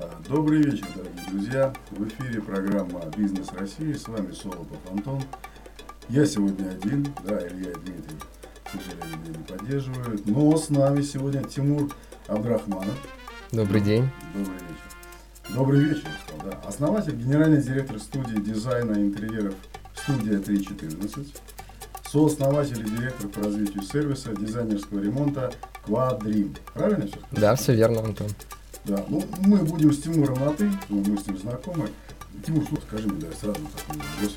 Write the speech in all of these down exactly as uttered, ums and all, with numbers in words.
Добрый вечер, дорогие друзья. В эфире программа «Бизнес России». С вами Солопов Антон. Я сегодня один, да, Илья и Дмитрий, к сожалению, меня не поддерживают. Но с нами сегодня Тимур Абдрахманов. Добрый день. Добрый вечер. Добрый вечер, я сказал, да. Основатель, генеральный директор студии дизайна интерьеров «Студия три четырнадцать». Сооснователь и директор по развитию сервиса дизайнерского ремонта «Квадрим». Правильно все сказал? Да, все верно, Антон. Да, ну мы будем с Тимуром на «ты», ну, мы с ним знакомы. Тимур, что скажи мне, да, сразу такой вопрос.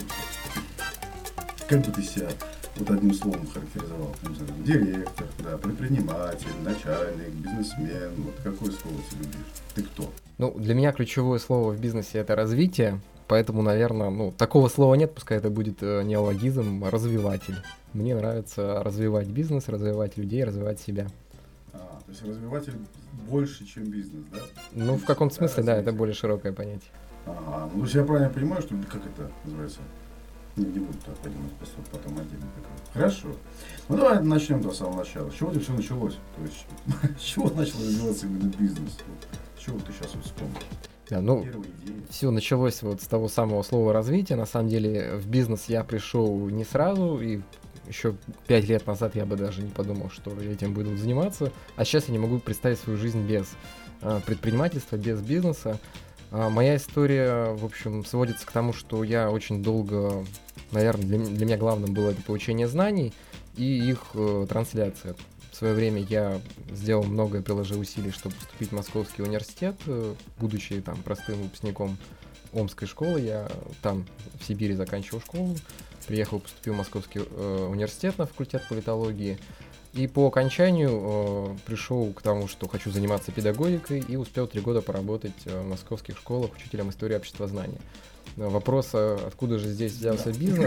Как бы ты себя вот одним словом характеризовал? Не знаю, директор, да, предприниматель, начальник, бизнесмен, вот какое слово ты любишь? Ты кто? Ну, для меня ключевое слово в бизнесе — это развитие, поэтому, наверное, ну, такого слова нет, пускай это будет э, неологизм, развиватель. Мне нравится развивать бизнес, развивать людей, развивать себя. А, то есть развиватель больше, чем бизнес, да? Ну, в каком-то смысле, да, это более широкое понятие. Ага, ну, то есть я правильно понимаю, что, как это называется? Не, не буду так поднимать, потом отдельно. Хорошо. Ну, давай начнем до самого начала. С чего это все началось? То есть, с чего начал развиваться именно бизнес? С чего ты сейчас вот вспомнил? Да, ну, все началось вот с того самого слова развития. На самом деле в бизнес я пришел не сразу, и еще пять лет назад я бы даже не подумал, что этим буду заниматься. А сейчас я не могу представить свою жизнь без э, предпринимательства, без бизнеса. А моя история, в общем, сводится к тому, что я очень долго, наверное, для, для меня главным было это получение знаний и их э, трансляция. В свое время я сделал многое, приложил усилий, чтобы поступить в Московский университет, э, будучи там простым выпускником Омской школы. Я там в Сибири заканчивал школу, приехал, поступил в Московский э, университет на факультет политологии. И по окончанию э, пришел к тому, что хочу заниматься педагогикой, и успел три года поработать э, в московских школах учителем истории обществознания. Но вопрос, а откуда же здесь взялся бизнес?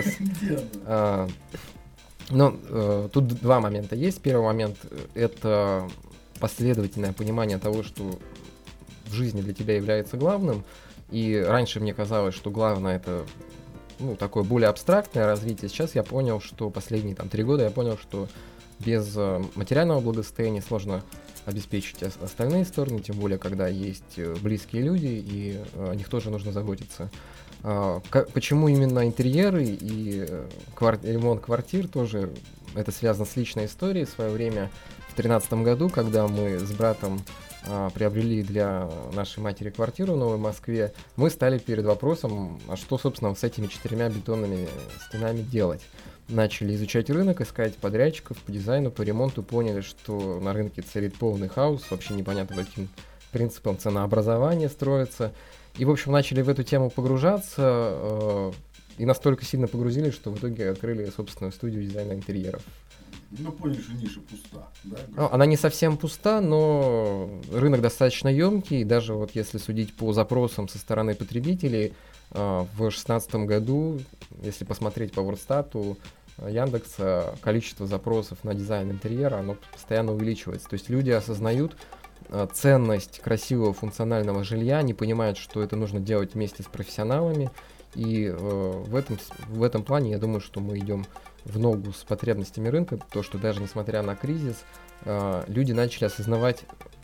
А, ну, э, тут два момента есть. Первый момент — это последовательное понимание того, что в жизни для тебя является главным. И раньше мне казалось, что главное — это ну, такое более абстрактное развитие. Сейчас я понял, что последние там три года я понял, что без материального благосостояния сложно обеспечить остальные стороны, тем более, когда есть близкие люди, и о них тоже нужно заботиться. Почему именно интерьеры и квар- ремонт квартир тоже это связано с личной историей. В свое время, в две тысячи тринадцатом году, когда мы с братом приобрели для нашей матери квартиру в Новой Москве, мы стали перед вопросом, а что, собственно, с этими четырьмя бетонными стенами делать. Начали изучать рынок, искать подрядчиков по дизайну, по ремонту, поняли, что на рынке царит полный хаос, вообще непонятно, каким принципом ценообразования строится. И, в общем, начали в эту тему погружаться, э, и настолько сильно погрузились, что в итоге открыли собственную студию дизайна интерьеров. Ну, поняли, что ниша пуста, да? Ну, она не совсем пуста, но рынок достаточно емкий, даже вот если судить по запросам со стороны потребителей, э, в две тысячи шестнадцатом году, если посмотреть по Вордстату, Яндекса, количество запросов на дизайн интерьера, оно постоянно увеличивается. То есть люди осознают э, ценность красивого функционального жилья, не понимают, что это нужно делать вместе с профессионалами. И э, в, этом, в этом плане я думаю, что мы идем в ногу с потребностями рынка, то, что даже несмотря на кризис, э, люди начали осознавать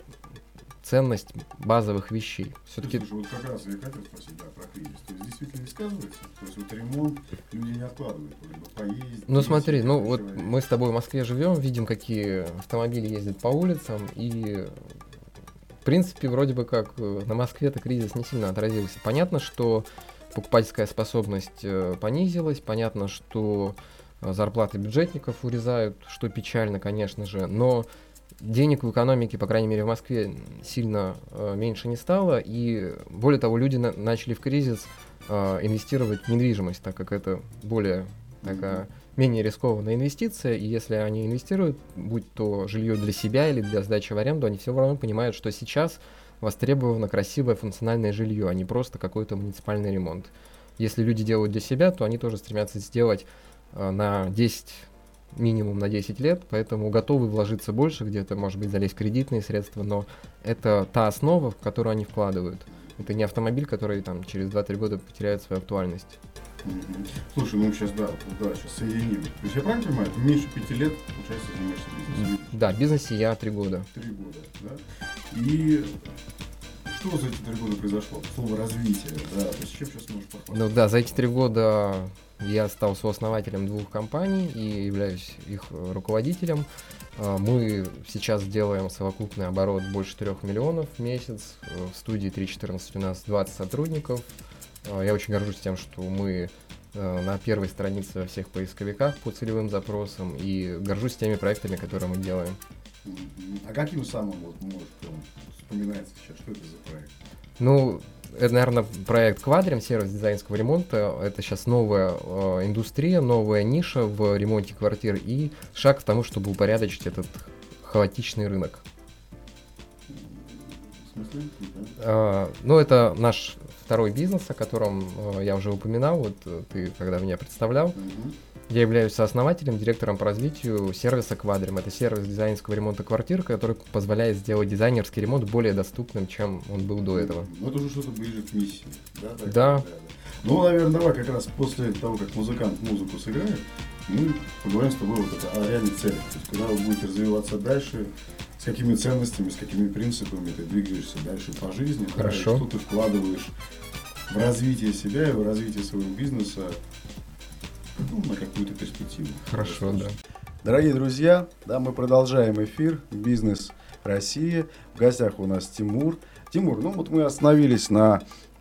ценность базовых вещей. Все-таки... Слушай, вот как раз я хотел спросить, да, про кризис. То есть действительно не сказывается? То есть вот ремонт люди не откладывают, либо поездить. Ну смотри, ну вот человек. Мы с тобой в Москве живем, видим, какие автомобили ездят по улицам, и в принципе вроде бы как на Москве-то кризис не сильно отразился. Понятно, что покупательская способность понизилась, понятно, что зарплаты бюджетников урезают, что печально, конечно же, но денег в экономике, по крайней мере в Москве, сильно э, меньше не стало, и более того, люди на- начали в кризис э, инвестировать в недвижимость, так как это более такая, менее рискованная инвестиция, и если они инвестируют, будь то жилье для себя или для сдачи в аренду, они все равно понимают, что сейчас востребовано красивое функциональное жилье, а не просто какой-то муниципальный ремонт. Если люди делают для себя, то они тоже стремятся сделать э, на десять минимум на десять лет, поэтому готовы вложиться больше, где-то, может быть, залезть в кредитные средства, но это та основа, в которую они вкладывают. Это не автомобиль, который там через два-три года потеряет свою актуальность. Mm-hmm. Слушай, ну сейчас, да, да, сейчас соединим. То есть я правильно понимаю, ты меньше пяти лет, получается, занимаешься бизнесом? Да, в бизнесе я три года. Три года, да. И что за эти три года произошло? Слово развитие, да, то есть чем сейчас можешь похвастаться? Ну да, за эти три года я стал сооснователем двух компаний и являюсь их руководителем. Мы сейчас делаем совокупный оборот больше трех миллионов в месяц. В студии три четырнадцать у нас двадцать сотрудников. Я очень горжусь тем, что мы на первой странице во всех поисковиках по целевым запросам, и горжусь теми проектами, которые мы делаем. А каким самым вот может вспоминается сейчас, что это за проект? Ну, это, наверное, проект Quadrim, сервис дизайнерского ремонта. Это сейчас новая э, индустрия, новая ниша в ремонте квартир и шаг к тому, чтобы упорядочить этот хаотичный рынок. В смысле? Э, ну, это наш второй бизнес, о котором э, я уже упоминал, вот э, ты когда меня представлял. Угу. Я являюсь сооснователем, директором по развитию сервиса Quadrim. Это сервис дизайнерского ремонта квартир, который позволяет сделать дизайнерский ремонт более доступным, чем он был до этого. Ну, это уже что-то ближе к миссии, да? Так, да. да, да. Ну, наверное, давай как раз после того, как музыкант музыку сыграет, мы поговорим с тобой вот это о реальной цели. То есть, когда вы будете развиваться дальше, с какими ценностями, с какими принципами ты двигаешься дальше по жизни, Хорошо. Да, что ты вкладываешь в развитие себя и в развитие своего бизнеса, ну, на какую-то перспективу. Хорошо, да. Дорогие друзья, да, мы продолжаем эфир «Бизнес России». В гостях у нас Тимур. Тимур, ну вот мы остановились на,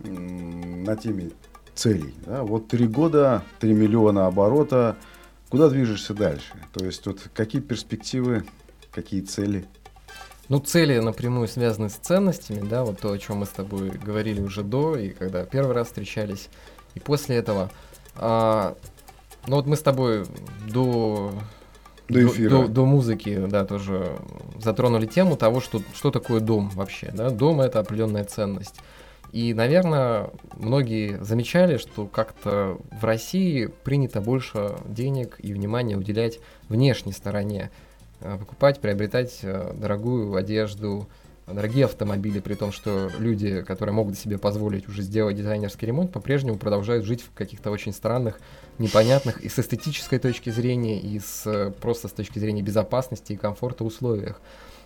на теме целей. Да? Вот три года, три миллиона оборота. Куда движешься дальше? То есть вот какие перспективы, какие цели? Ну, цели напрямую связаны с ценностями, да, вот то, о чем мы с тобой говорили уже до, и когда первый раз встречались, и после этого. А, ну вот мы с тобой до, до, эфира. до, до, до музыки, да, тоже затронули тему того, что, что такое дом вообще, да. Дом — это определенная ценность. И, наверное, многие замечали, что как-то в России принято больше денег и внимания уделять внешней стороне. Покупать, приобретать дорогую одежду, дорогие автомобили, при том, что люди, которые могут себе позволить уже сделать дизайнерский ремонт, по-прежнему продолжают жить в каких-то очень странных, непонятных и с эстетической точки зрения, и с, просто с точки зрения безопасности и комфорта условиях.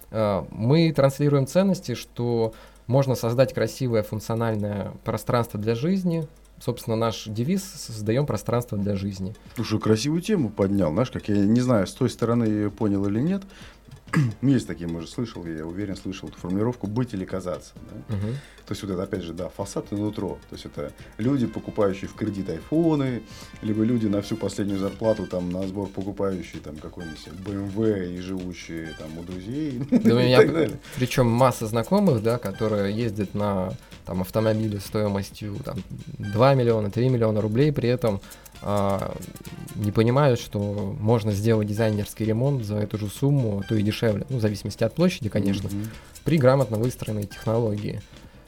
Мы транслируем ценности, что можно создать красивое функциональное пространство для жизни. Собственно, наш девиз «Создаем пространство для жизни». Слушай, красивую тему поднял. Знаешь, как я не знаю, с той стороны я ее понял или нет. Есть такие, может, слышал, я уверен, слышал эту формулировку «быть или казаться». Да? Угу. То есть вот это, опять же, да, фасад и нутро. То есть это люди, покупающие в кредит айфоны, либо люди на всю последнюю зарплату там на сбор покупающие там какой-нибудь бэ эм вэ и живущие там у друзей. Да, у меня причем масса знакомых, да, которые ездят на там автомобили стоимостью там два миллиона, три миллиона рублей, при этом а, не понимают, что можно сделать дизайнерский ремонт за эту же сумму, а то и дешевле, ну, в зависимости от площади, конечно, mm-hmm. при грамотно выстроенной технологии.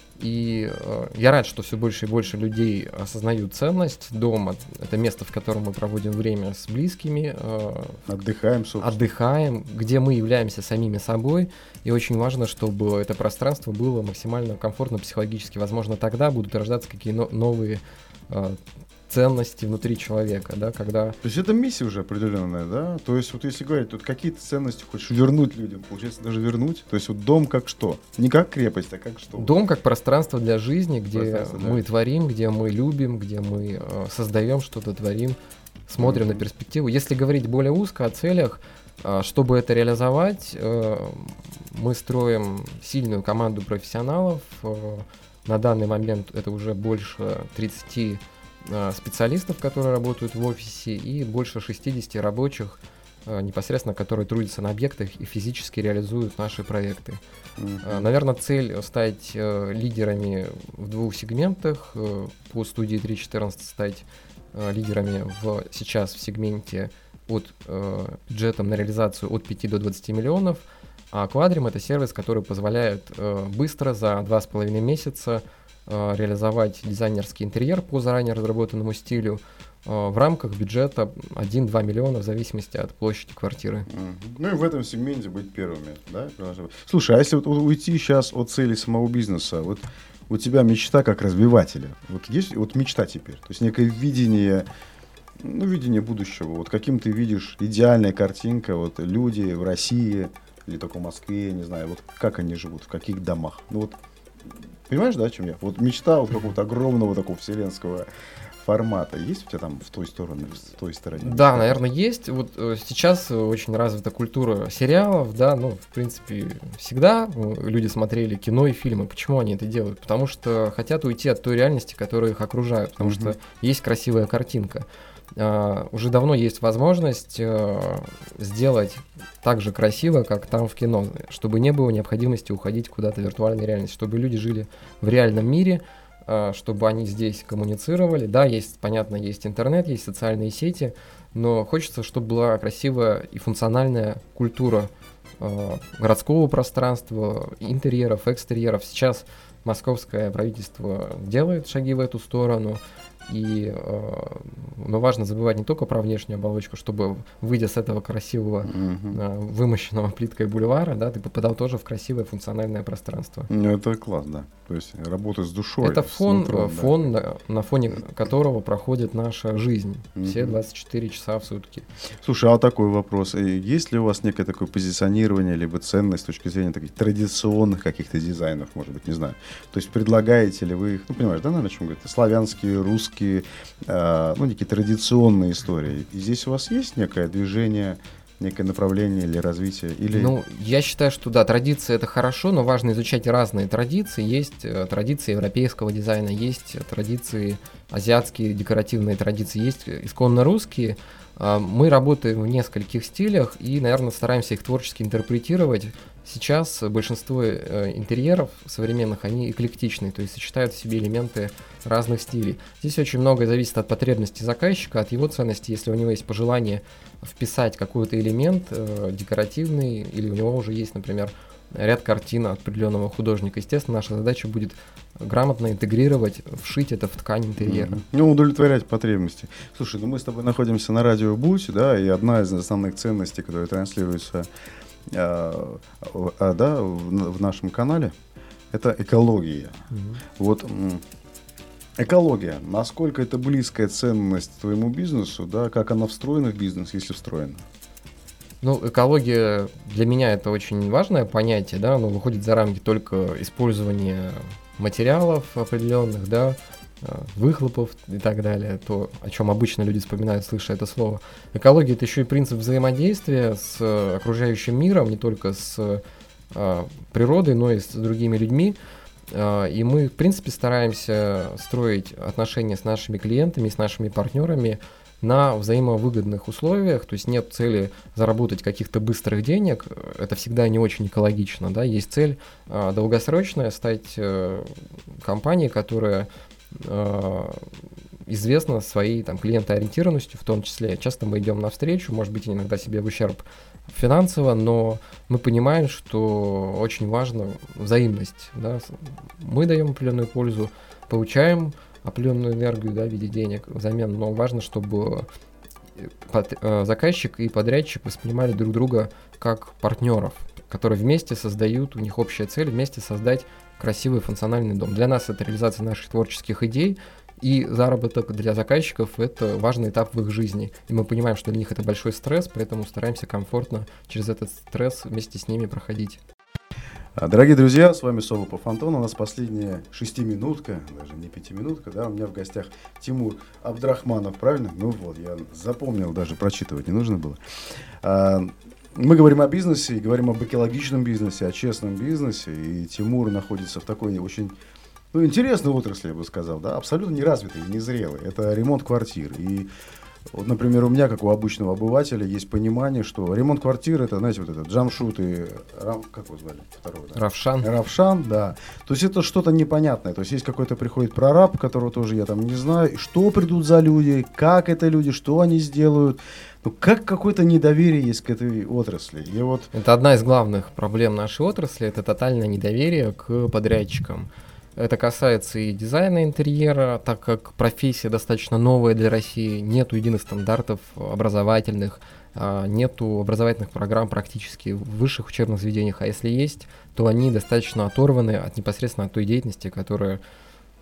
И э, я рад, что все больше и больше людей осознают ценность дома. Это место, в котором мы проводим время с близкими. Э, отдыхаем, собственно. Отдыхаем, где мы являемся самими собой. И очень важно, чтобы это пространство было максимально комфортно психологически. Возможно, тогда будут рождаться какие-то новые э, ценности внутри человека, да, когда... То есть это миссия уже определенная, да? То есть вот если говорить, тут какие-то ценности хочешь вернуть людям, получается даже вернуть? То есть вот дом как что? Не как крепость, а как что? Дом как пространство для жизни, где мы да. творим, где мы любим, где мы э, создаем что-то, творим, смотрим mm-hmm. на перспективу. Если говорить более узко о целях, э, чтобы это реализовать, э, мы строим сильную команду профессионалов. Э, на данный момент это уже больше тридцати специалистов, которые работают в офисе, и больше шестидесяти рабочих, непосредственно, которые трудятся на объектах и физически реализуют наши проекты. Mm-hmm. Наверное, цель стать лидерами в двух сегментах. По студии три четырнадцать стать лидерами в, сейчас в сегменте от бюджетом на реализацию от пяти до двадцати миллионов. А Quadrim — это сервис, который позволяет быстро за два с половиной месяца реализовать дизайнерский интерьер по заранее разработанному стилю в рамках бюджета один-два миллиона в зависимости от площади квартиры. Uh-huh. Ну и в этом сегменте быть первыми, да? Слушай, а если вот уйти сейчас от цели самого бизнеса, вот у тебя мечта как развивателя, вот есть вот мечта теперь, то есть некое видение, ну видение будущего, вот каким ты видишь идеальная картинка, вот люди в России или только в Москве, не знаю, вот как они живут, в каких домах, ну вот Понимаешь, да, о чем я? Вот мечта вот какого-то огромного такого вселенского формата есть у тебя там в той стороне, в той стороне? Да, наверное, есть. Вот э, сейчас очень развита культура сериалов, да, ну, в принципе, всегда люди смотрели кино и фильмы. Почему они это делают? Потому что хотят уйти от той реальности, которая их окружает, потому mm-hmm. что есть красивая картинка. Uh, уже давно есть возможность uh, сделать так же красиво, как там в кино, чтобы не было необходимости уходить куда-то в виртуальную реальность, чтобы люди жили в реальном мире, uh, чтобы они здесь коммуницировали. Да, есть, понятно, есть интернет, есть социальные сети, но хочется, чтобы была красивая и функциональная культура uh, городского пространства, интерьеров, экстерьеров. Сейчас московское правительство делает шаги в эту сторону. И, э, но важно забывать не только про внешнюю оболочку, чтобы, выйдя с этого красивого, mm-hmm. э, вымощенного плиткой бульвара, да, ты попадал тоже в красивое функциональное пространство. Ну, это класс, да. То есть работа с душой. Это фон, нутром, фон да. на, на фоне которого проходит наша жизнь. Mm-hmm. Все двадцать четыре часа в сутки. Слушай, а такой вопрос. Есть ли у вас некое такое позиционирование, либо ценность с точки зрения таких традиционных каких-то дизайнов, может быть, не знаю. То есть предлагаете ли вы их, ну, понимаешь, да, наверное, о чем говорить? Славянские, русские, ну, некие традиционные истории. И здесь у вас есть некое движение, некое направление или развитие? Или... Ну, я считаю, что да, традиции — это хорошо, но важно изучать разные традиции. Есть э, традиции европейского дизайна, есть традиции азиатские, декоративные традиции, есть исконно русские. Э, мы работаем в нескольких стилях и, наверное, стараемся их творчески интерпретировать. Сейчас большинство э, интерьеров современных, они эклектичные, то есть сочетают в себе элементы разных стилей. Здесь очень многое зависит от потребностей заказчика, от его ценности. Если у него есть пожелание вписать какой-то элемент э, декоративный, или у него уже есть, например, ряд картин определенного художника, естественно, наша задача будет грамотно интегрировать, вшить это в ткань интерьера. Mm-hmm. Ну, удовлетворять потребности. Слушай, ну мы с тобой находимся на радио Будь, да, и одна из основных ценностей, которая транслируется А, а, да, в, в нашем канале, это экология. Mm-hmm. Вот экология, насколько это близкая ценность твоему бизнесу, да, как она встроена в бизнес, если встроена? Ну, экология для меня это очень важное понятие, да, оно выходит за рамки только использования материалов определенных, да, выхлопов и так далее, то, о чем обычно люди вспоминают, слыша это слово. Экология — это еще и принцип взаимодействия с окружающим миром, не только с а, природой, но и с другими людьми. А, и мы, в принципе, стараемся строить отношения с нашими клиентами, с нашими партнерами на взаимовыгодных условиях, то есть нет цели заработать каких-то быстрых денег, это всегда не очень экологично, да, есть цель а, долгосрочная, стать а, компанией, которая известна своей там клиентоориентированностью, в том числе. Часто мы идем навстречу, может быть, иногда себе в ущерб финансово, но мы понимаем, что очень важна взаимность. Да? Мы даем определенную пользу, получаем определенную энергию, да, в виде денег взамен, но важно, чтобы под, э, заказчик и подрядчик воспринимали друг друга как партнеров, которые вместе создают, у них общая цель вместе создать красивый функциональный дом. Для нас это реализация наших творческих идей, и заработок для заказчиков — это важный этап в их жизни. И мы понимаем, что для них это большой стресс, поэтому стараемся комфортно через этот стресс вместе с ними проходить. Дорогие друзья, с вами Солопов Антон. У нас последняя шестиминутка, даже не пятиминутка, да, у меня в гостях Тимур Абдрахманов, правильно? Ну вот, я запомнил, даже прочитывать не нужно было. Мы говорим о бизнесе, и говорим об экологичном бизнесе, о честном бизнесе, и Тимур находится в такой очень, ну, интересной отрасли, я бы сказал, да, абсолютно неразвитой и незрелой. Это ремонт квартир. И вот, например, у меня, как у обычного обывателя, есть понимание, что ремонт квартир — это, знаете, вот этот Джамшут и Рам, как его звали? Второй, да? Равшан. Равшан, да. То есть это что-то непонятное. То есть есть какой-то приходит прораб, которого тоже я там не знаю, что придут за люди, как это люди, что они сделают. Ну, как какое-то недоверие есть к этой отрасли. И вот... Это одна из главных проблем нашей отрасли, это тотальное недоверие к подрядчикам. Это касается и дизайна интерьера, так как профессия достаточно новая для России, нету единых стандартов образовательных, нету образовательных программ практически в высших учебных заведениях, а если есть, то они достаточно оторваны от непосредственно от той деятельности, которая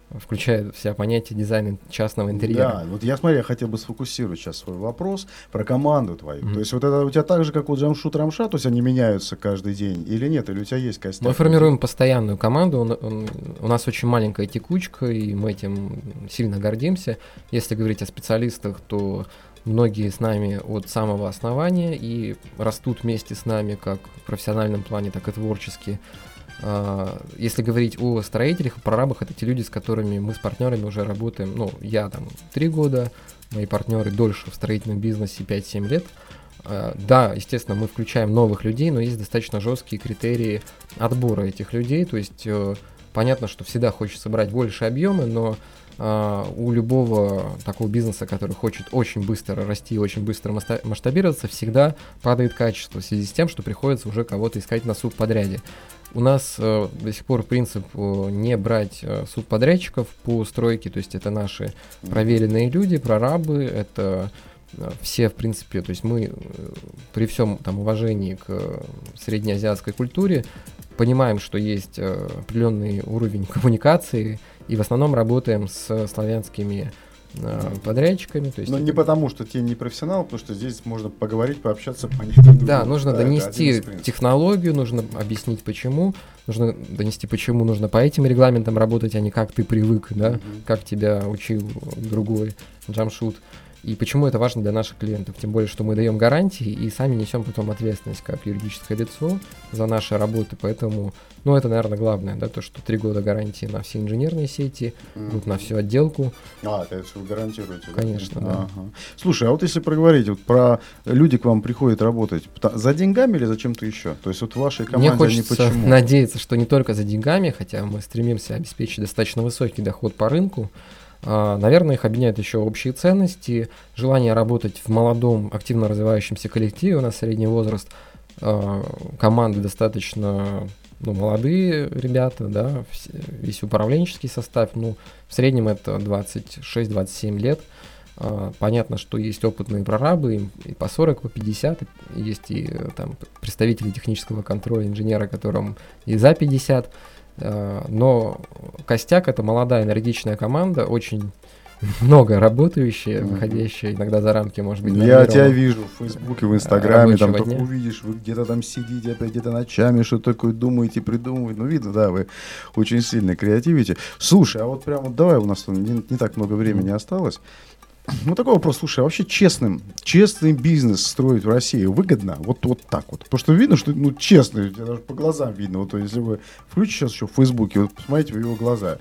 включая все понятия дизайна частного интерьера. Да, вот я, смотри, я хотел бы сфокусировать сейчас свой вопрос про команду твою. Mm-hmm. То есть вот это у тебя так же, как у Джамшут Рамшат, то есть они меняются каждый день или нет? Или у тебя есть костяк? Мы формируем постоянную команду, он, он, у нас очень маленькая текучка, и мы этим сильно гордимся. Если говорить о специалистах, то многие с нами от самого основания и растут вместе с нами как в профессиональном плане, так и творчески. Если говорить о строителях, прорабах, это те люди, с которыми мы с партнерами уже работаем. Ну, я там три года, мои партнеры дольше в строительном бизнесе пять-семь лет. Да, естественно, мы включаем новых людей, но есть достаточно жесткие критерии отбора этих людей. То есть понятно, что всегда хочется брать больше объемы, но у любого такого бизнеса, который хочет очень быстро расти и очень быстро масштабироваться, всегда падает качество в связи с тем, что приходится уже кого-то искать на субподряде. У нас э, до сих пор принцип э, не брать э, субподрядчиков по стройке, то есть это наши проверенные люди, прорабы, это э, все, в принципе, то есть мы э, при всем там уважении к э, среднеазиатской культуре понимаем, что есть э, определенный уровень коммуникации, и в основном работаем с славянскими э, подрядчиками. То есть Но это... не потому, что те не профессионал, потому что здесь можно поговорить, пообщаться, понять друг друга. Да, нужно да, донести технологию, нужно объяснить почему, нужно донести почему нужно по этим регламентам работать, а не как ты привык, да, Uh-huh. как тебя учил другой Джамшут. И почему это важно для наших клиентов, тем более, что мы даем гарантии и сами несем потом ответственность как юридическое лицо за наши работы, поэтому, ну, это, наверное, главное, да, то, что три года гарантии на все инженерные сети, mm-hmm. вот на всю отделку. А, это все вы гарантируете, да? Конечно, да. Ага. Слушай, а вот если проговорить, вот про люди к вам приходят работать, за деньгами или за чем-то еще? То есть вот в вашей команде Мне хочется они почему? надеяться, что не только за деньгами, хотя мы стремимся обеспечить достаточно высокий доход по рынку. Наверное, их объединяют еще общие ценности, желание работать в молодом, активно развивающемся коллективе. У нас средний возраст команды достаточно, ну, молодые ребята, да, весь управленческий состав, ну, в среднем это двадцать шесть - двадцать семь лет. Понятно, что есть опытные прорабы, и по сорок, по пятьдесят, есть и там представители технического контроля, инженеры, которым и за пятьдесят. Но костяк — это молодая энергичная команда, очень много работающая, mm-hmm. выходящая иногда за рамки, может быть. Я тебя вижу в Фейсбуке, в Инстаграме, там только дня. Увидишь, вы где-то там сидите, опять где-то ночами что-то такое думаете, придумываете. Ну, видно, да, вы очень сильно креативите. Слушай, а вот прямо давай, у нас не, не так много времени mm-hmm. осталось. Ну, такой вопрос, слушай, а вообще честным, честный бизнес строить в России выгодно? Вот, вот так вот. Потому что видно, что, ну, честный, даже по глазам видно. Вот, если вы включите сейчас еще в Фейсбуке, вот посмотрите в его глаза.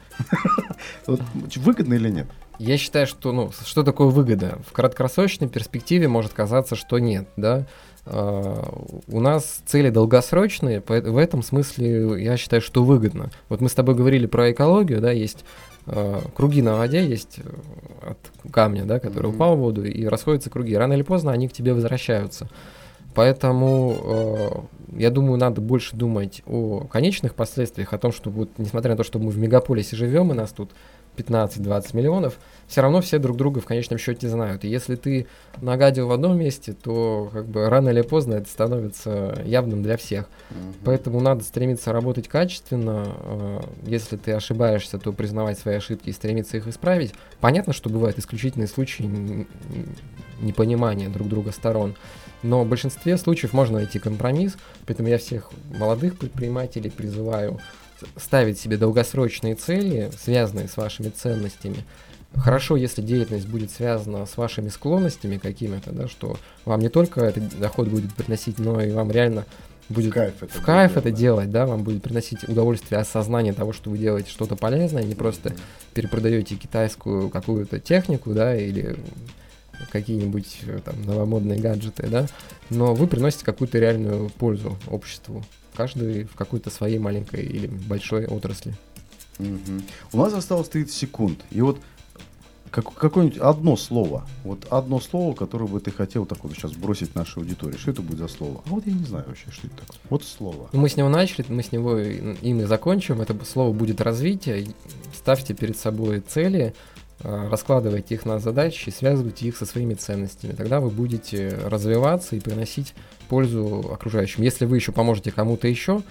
Выгодно или нет? Я считаю, что, ну, что такое выгода? В краткосрочной перспективе может казаться, что нет, да. Uh, у нас цели долгосрочные, в этом смысле я считаю, что выгодно. Вот мы с тобой говорили про экологию, да, есть uh, круги на воде, есть от камня, да, который mm-hmm. упал в воду, и расходятся круги. Рано или поздно они к тебе возвращаются. Поэтому uh, я думаю, надо больше думать о конечных последствиях, о том, что вот, несмотря на то, что мы в мегаполисе живем, и нас тут пятнадцать-двадцать миллионов, все равно все друг друга в конечном счете знают. И если ты нагадил в одном месте, то как бы рано или поздно это становится явным для всех. Mm-hmm. Поэтому надо стремиться работать качественно. Если ты ошибаешься, то признавать свои ошибки и стремиться их исправить. Понятно, что бывают исключительные случаи непонимания друг друга сторон. Но в большинстве случаев можно найти компромисс. Поэтому я всех молодых предпринимателей призываю ставить себе долгосрочные цели, связанные с вашими ценностями. Хорошо, если деятельность будет связана с вашими склонностями какими-то, да, что вам не только этот доход будет приносить, но и вам реально будет в кайф это, в кайф делать, это да. делать, да, вам будет приносить удовольствие, осознание того, что вы делаете что-то полезное, не просто mm-hmm. перепродаете китайскую какую-то технику, да, или какие-нибудь там новомодные гаджеты, да, но вы приносите какую-то реальную пользу обществу. Каждый в какой-то своей маленькой или большой отрасли. Угу. У нас осталось тридцать секунд. И вот как, какое-нибудь одно слово, вот одно слово, которое бы ты хотел так вот сейчас бросить нашей аудитории. Что это будет за слово? А вот я не знаю вообще, что это такое. Вот слово. Мы с него начали, мы с него им и закончим. Это слово будет развитие. Ставьте перед собой цели, раскладывайте их на задачи, связывайте их со своими ценностями. Тогда вы будете развиваться и приносить пользу окружающим. Если вы еще поможете кому-то еще,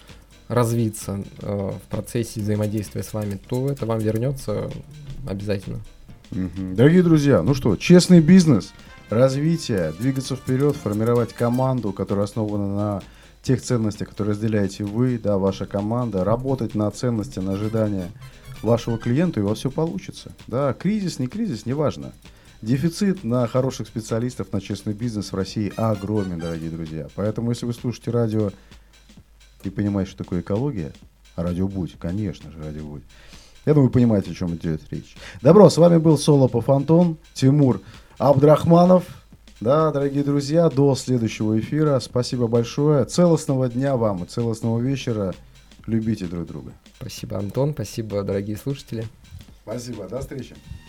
развиться э, в процессе взаимодействия с вами, то это вам вернется обязательно. Угу. Дорогие друзья, ну что, честный бизнес, развитие, двигаться вперед, формировать команду, которая основана на тех ценностях, которые разделяете вы, да, ваша команда, работать на ценности, на ожидания вашего клиента, и у вас все получится. Да, кризис, не кризис, неважно. Дефицит на хороших специалистов, на честный бизнес в России огромен, дорогие друзья. Поэтому, если вы слушаете радио и понимаете, что такое экология, а радио Будь, конечно же, радио Будь, я думаю, вы понимаете, о чем идет речь. Добро, с вами был Солопов Антон, Тимур Абдрахманов. Да, дорогие друзья, до следующего эфира. Спасибо большое. Целостного дня вам и целостного вечера. Любите друг друга. Спасибо, Антон. Спасибо, дорогие слушатели. Спасибо. До встречи.